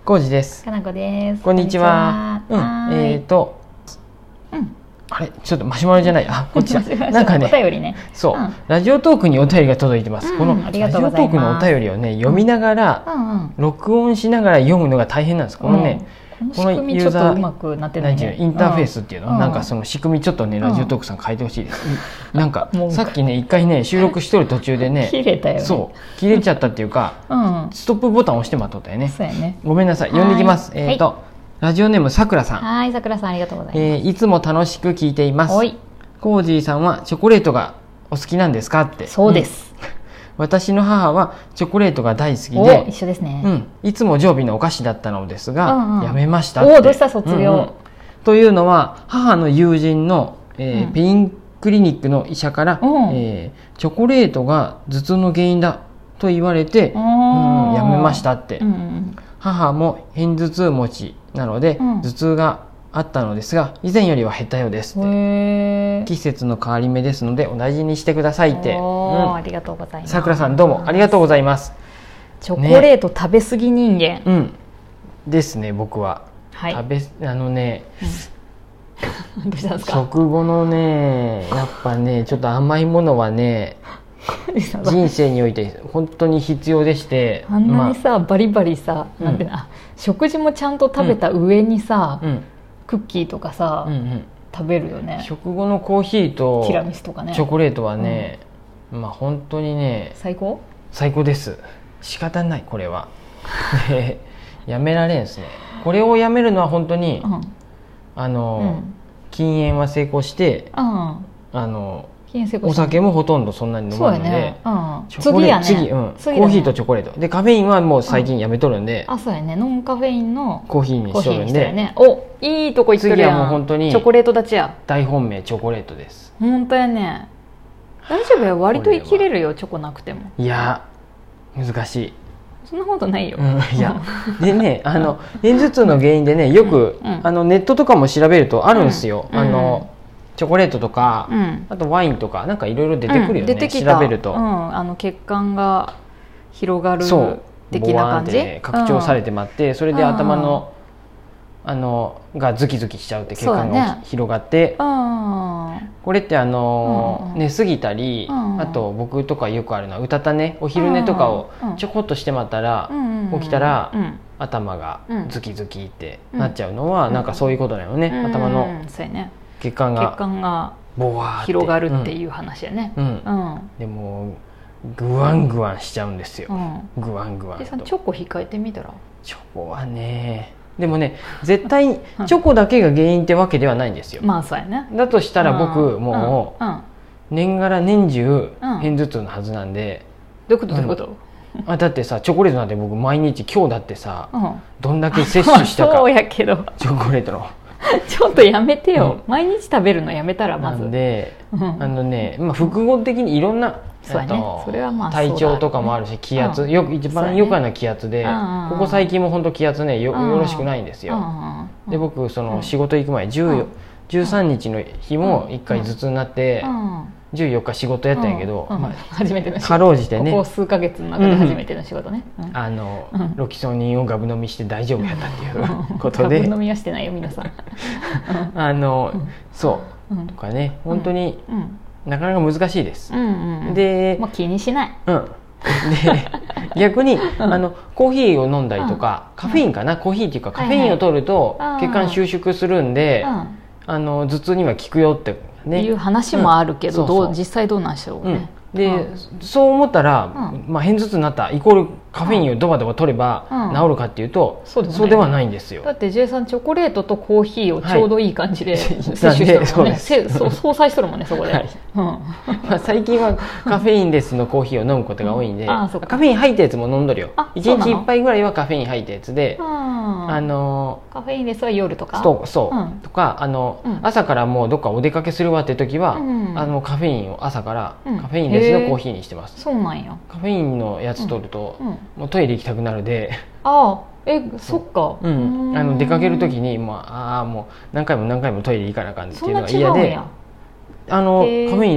コウジです。 かなこです。 こんにちは。あれちょっとマシュマロじゃない。こっちだ。なんかね、 お便りね。 そう、ラジオトークにお便りが届いてます。このララジオトークのお便りをね、読みながら、録音しながら読むのが大変なんです。このね、 この仕組みちょっとうまくなってないね。 インターフェースっていうの、なんかその仕組みちょっとね、ラジオトークさん変えてほしいです。なんかさっきね、一回ね、収録しとる途中でね、 切れたよね。そう、 切れちゃったっていうか、ストップボタン押して待っとったよね。 そうやね。 ごめんなさい、読んでいきます。ラジオネームさくらさん。 はい、さくらさんありがとうございます。 いつも楽しく聞いています。コージーさんはチョコレートがお好きなんですかって。 そうです。 私の母はチョコレートが大好きで、 一緒ですね。 いつも常備のお菓子だったのですが、やめましたって。 どうした卒業。 というのは母の友人の、ペインクリニックの医者から、チョコレートが頭痛の原因だと言われて、やめましたって。母も片頭痛持ちなので、頭痛があったのですが以前よりは減ったようですって。季節の変わり目ですのでお大事にしてくださいって。 ありがとうございます。 さくらさんどうもありがとうございます。 チョコレート食べ過ぎ人間、 ですね。僕は、 どうしたんですか。 食後のね、やっぱね、ちょっと甘いものはね人生において本当に必要でして、 あんなにさ、バリバリさ、なんていうの、食事もちゃんと食べた上にさ、クッキーとかさ、食べるよね。 食後のコーヒーとティラミスとかね、 チョコレートはね、本当にね、 最高です。仕方ない、これはやめられんですね。これをやめるのは本当に、禁煙は成功して、お酒もほとんどそんなに飲まないので、 次やね、 コーヒーとチョコレートで、カフェインはもう最近やめとるんで、 そうやね、ノンカフェインのコーヒーにしとるんで、 いいとこ行ってるやん。 次はもう本当にチョコレート立ちや。 大本命チョコレートです。 本当やね。大丈夫や、割と生きれるよ、チョコなくても。 いや難しい。 そんなことないよ。 いやでね、片頭痛の原因でね、よくネットとかも調べるとあるんですよ。チョコレートとか、あとワインとかなんかいろいろ出てくるよね、調べると。 血管が広がる的な感じ、 拡張されてまって、それで頭のがズキズキしちゃうって、血管が広がって、これって寝すぎたり、あと僕とかよくあるのはうたた寝、お昼寝とかをちょこっとしてまったら、起きたら頭がズキズキってなっちゃうのは、なんかそういうことだよね。頭の血管がボワーって広がるっていう話やね。 でもグワングワンしちゃうんですよ。グワングワンと。 チョコ控えてみたら。 チョコはね、でもね、絶対チョコだけが原因ってわけではないんですよ。 そうやね。 だとしたら僕もう年がら年中片頭痛のはずなんで。 どういうことだってさ、チョコレートなんて僕毎日、今日だってさ、どんだけ摂取したか。 そうやけどチョコレートのちょっとやめてよ、毎日食べるのやめたら。まずなんで、複合的にいろんな体調とかもあるし、気圧、一番よくあるのは気圧で、ここ最近も本当気圧ね、よろしくないんですよ。で僕その仕事行く前13日の日も1回頭痛になって、14日仕事やったんやけど、 初めての仕事、 かろうじてね、 ここ数ヶ月の中で初めての仕事ね、 ロキソニンをガブ飲みして大丈夫やったっていうことで、 ガブ飲みはしてないよ皆さんそうとかね、本当になかなか難しいです。で気にしない。 で逆にコーヒーを飲んだりとか、カフェインかな、コーヒーっていうかカフェインを取ると血管収縮するんで、頭痛には効くよっていう話もあるけど、実際どうなんでしょうね。 でそう思ったら、片頭痛になったイコールカフェインをドバドバ取れば治るかっていうと、そうではないんですよ。 だって J さんチョコレートとコーヒーをちょうどいい感じで摂取してるもんね。相殺しとるもんね、そこで。 最近はカフェインレスのコーヒーを飲むことが多いんで、カフェイン入ったやつも飲んどるよ。1日1杯ぐらいはカフェイン入ったやつで、カフェインレスは夜とかとか、朝からもうどっかお出かけするわって時は、カフェインを朝からカフェインレスのコーヒーにしてます。 そうなんや。 カフェインのやつ取ると、もうトイレ行きたくなるで、 そっか。 出かける時にもう何回もトイレ行かなあかんっていうのが嫌で、カフェイン入れた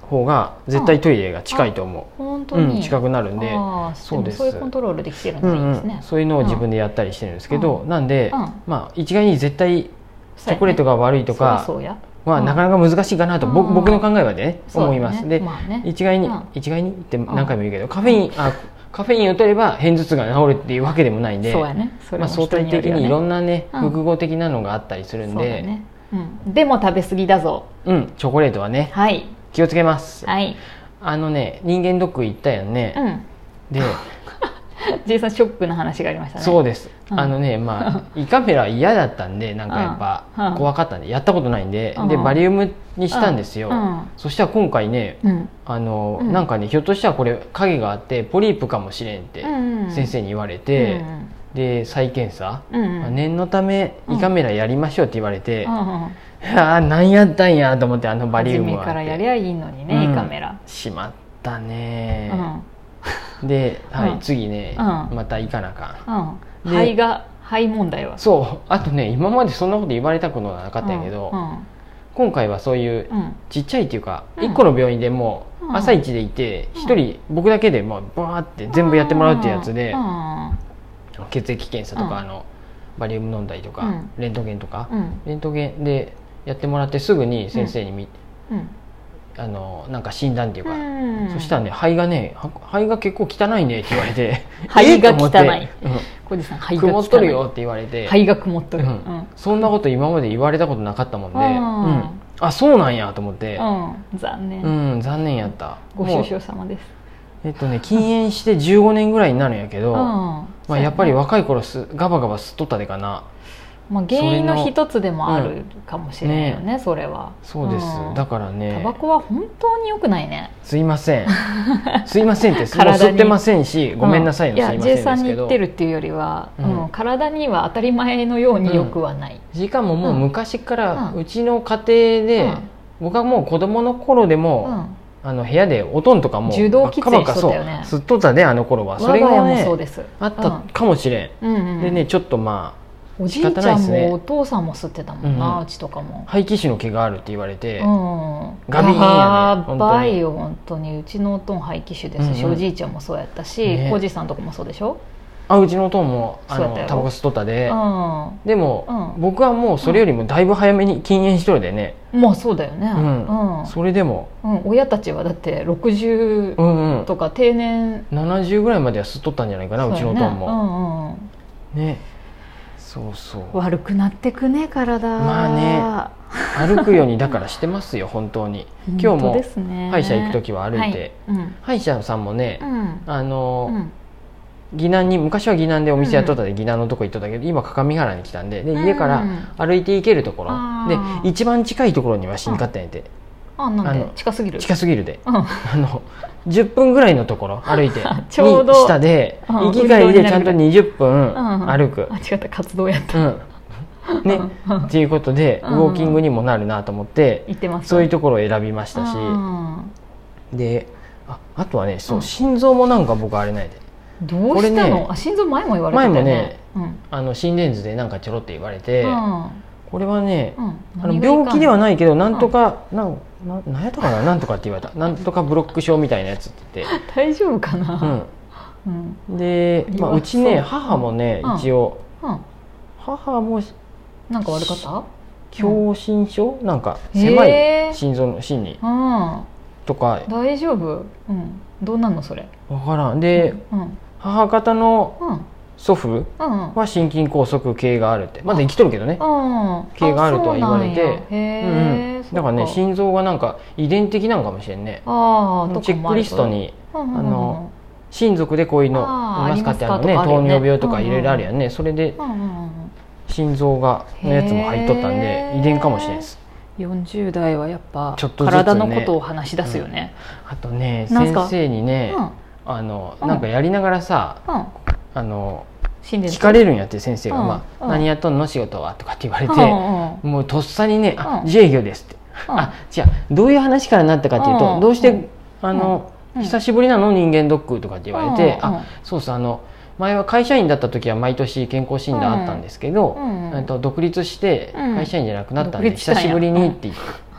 方が絶対トイレが近いと思う。 本当に、 近くなるんで。 そうです。そういうコントロールできてるのがいいですね。 そういうのを自分でやったりしてるんですけど、なんでまあ一概に絶対チョコレートが悪いとかはなかなか難しいかなと僕の考えはね思います。で一概にって何回も言うけど、カフェインを取れば片頭痛が治るっていうわけでもないんで、相対的にいろんなね複合的なのがあったりするんで、 でも食べ過ぎだぞ。 チョコレートはね気をつけます。人間ドック行ったよね。で J さんショックな話がありましたね。 そうです。まあ胃カメラ嫌だったんで、なんかやっぱ怖かったんで、やったことないんで、バリウムにしたんですよ。そしたら今回ね、なんかね、ひょっとしたらこれ影があってポリープかもしれんって先生に言われて、で再検査、念のため胃カメラやりましょうって言われて、何やったんやと思って、バリウムは初めからやりゃいいのにね、胃カメラしまったね。で、次ね、また行かなあかん。肺問題はそう。あとね、今までそんなこと言われたことがなかったんやけど、今回はそういうちっちゃいっていうか1個の病院でも朝一でいて1人僕だけでバーって全部やってもらうってやつで、血液検査とかバリウム飲んだりとかレントゲンとかレントゲンでやってもらって、すぐに先生になんか診断っていうか、そしたらね、肺が結構汚いねって言われて肺が汚い、小路さん肺が汚い、 曇っとるよって言われて、 肺が曇っとる、 そんなこと今まで言われたことなかったもんで、あ、そうなんやと思って、 残念、 残念やった。 ご愁傷様です。 禁煙して15年ぐらいになるんやけど、やっぱり若い頃ガバガバ吸っとったでかな。 原因の一つでもあるかもしれないよね、それは。 そうです。だからね、 タバコは本当に良くないね。 すいませんすいませんって吸ってませんし、ごめんなさいのすいませんですけど、 J さんに言ってるっていうよりは、体には当たり前のように良くはない。 しかももう昔からうちの家庭で、僕はもう子供の頃でも部屋でおとんとかも受動喫煙しとったよね。 吸っとったね、あの頃は。 それがねあったかもしれん。でね、ちょっとおじいちゃんもお父さんも吸ってたもんな、うちとかも。 肺気腫の毛があるって言われて、 ガビーンやね。やばいよ本当に。うちのおとん肺気腫ですし、おじいちゃんもそうやったし、小路さんとかもそうでしょ。 うちのおとんもタバコ吸っとったで、でも僕はもうそれよりもだいぶ早めに禁煙しとるでね。 まあそうだよね。 それでも親たちはだって60とか定年 70ぐらいまでは吸っとったんじゃないかな、うちのおとんもね。そうそう、 悪くなってくね、体。 まあね、歩くようにだからしてますよ本当に。今日も歯医者行く時は歩いて、歯医者さんもね、岐南に、昔は岐南でお店やっとったで岐南のとこ行っとったけど、今各務原に来たんで、家から歩いて行けるところで一番近いところにはしんかったんやて。 なんで近すぎるで、10分ぐらいのところ歩いてちょうど下で行き帰りでちゃんと20分歩く。 違った、活動やったねっていうことでウォーキングにもなるなと思ってそういうところを選びましたし、であとはね、そう心臓もなんか僕あれないで。 どうしたの？心臓前も言われてたよね。 前もね、心電図でなんかちょろって言われて、これはね病気ではないけどなんとか何やったかな、なんとかって言われた。なんとかブロック症みたいなやつって言って。 大丈夫かな。 で、うちね、母もね、一応母もなんか悪かった？ 狭心症、なんか狭い心臓の芯にとか。 大丈夫？どうなんのそれ。 分からん。で、母方の祖父は心筋梗塞系があるって、まだ生きとるけどね、系があるとは言われて、だからね、心臓がなんか遺伝的なのかもしれんね。チェックリストに親族でこういうのいますかってね、糖尿病とかいろいろあるやんね。それで心臓のやつも入っとったんで遺伝かもしれないです。 40代はやっぱ体のことを話し出すよね。 あとね、先生にね、なんかやりながらさ、聞かれるんやって、先生が「何やっとんの仕事は?」とかって言われて、もうとっさにね「自営業です」って「じゃあどういう話からなったかっていうと、どうして久しぶりなの人間ドック」とかって言われて「そうそう、前は会社員だった時は毎年健康診断あったんですけど、独立して会社員じゃなくなったんで久しぶりに」って言って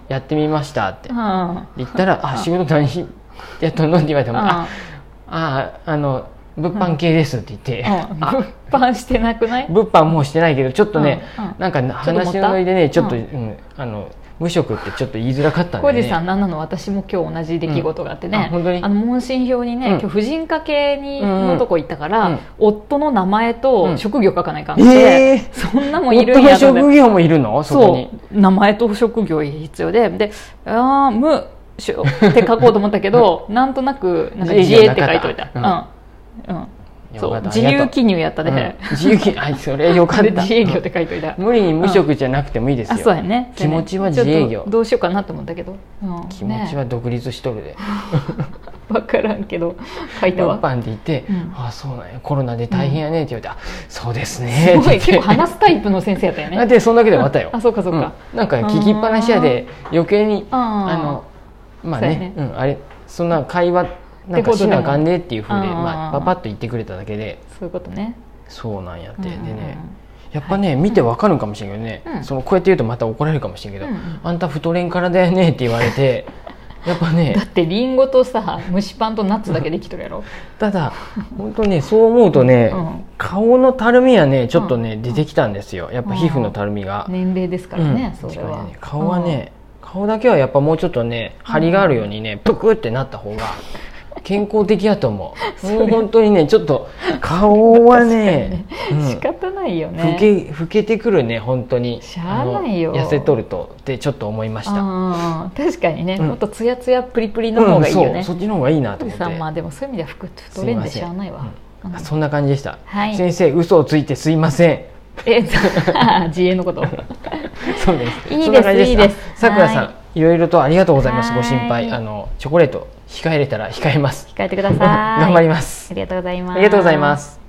やってみましたって言ったら「あ仕事何やっとんの?」って言われても「物販系です」って言って物販してなくない？ 物販もうしてないけどちょっとねなんか話のノリでねちょっと無職ってちょっと言いづらかったんでね。 浩二さん何なの？私も今日同じ出来事があってね、問診票にね、今日婦人科系のとこ行ったから、夫の名前と職業書かないかんって、そんなもんいるんやと。 夫の職業もいるの？そこに。 そう、名前と職業必要で、無って書こうと思ったけどなんとなくなんか自営って書いといた。そう自由記入やったね。 自由記入、それよかった。 自営業って書いといた。 無理に無職じゃなくてもいいですよ。 そうやね。 気持ちは自営業。 どうしようかなと思ったけど。 気持ちは独立しとるで。 分からんけど書いたわ。 物販で言って「あそうなんやコロナで大変やね」って言われて「そうですね」 すごい結構話すタイプの先生やったよね。 でそんだけで終わったよ。 あそうかそうか。 なんか聞きっぱなしやで余計にまあねあれそんな会話なんかしなあかんねっていうふうでパパッと言ってくれただけで。 そういうことね。 そうなんやってでねやっぱね見てわかるかもしれんけどねこうやって言うとまた怒られるかもしれんけど「あんた太れんからだよね」って言われてやっぱねだってリンゴとさ蒸しパンとナッツだけできとるやろ。 ただ本当ねそう思うとね顔のたるみはねちょっとね出てきたんですよ。やっぱ皮膚のたるみが年齢ですからね。それは顔はね顔だけはやっぱもうちょっとね張りがあるようにねプクってなった方が健康的やと思う。もう本当にねちょっと顔はね仕方ないよね。 老けてくるね本当に。 しゃあないよ痩せとるとってちょっと思いました。 確かにねもっとツヤツヤプリプリの方がいいよね。 そっちの方がいいなと思って。 まあでもそういう意味では太れんでしゃあないわ。 そんな感じでした。先生嘘をついてすいません。 自営のこと。 そうです。 いいですいいです。 さくらさんいろいろとありがとうございます。ご心配チョコレート控えれたら控えます。 控えてください。 頑張ります。 ありがとうございます。 ありがとうございます。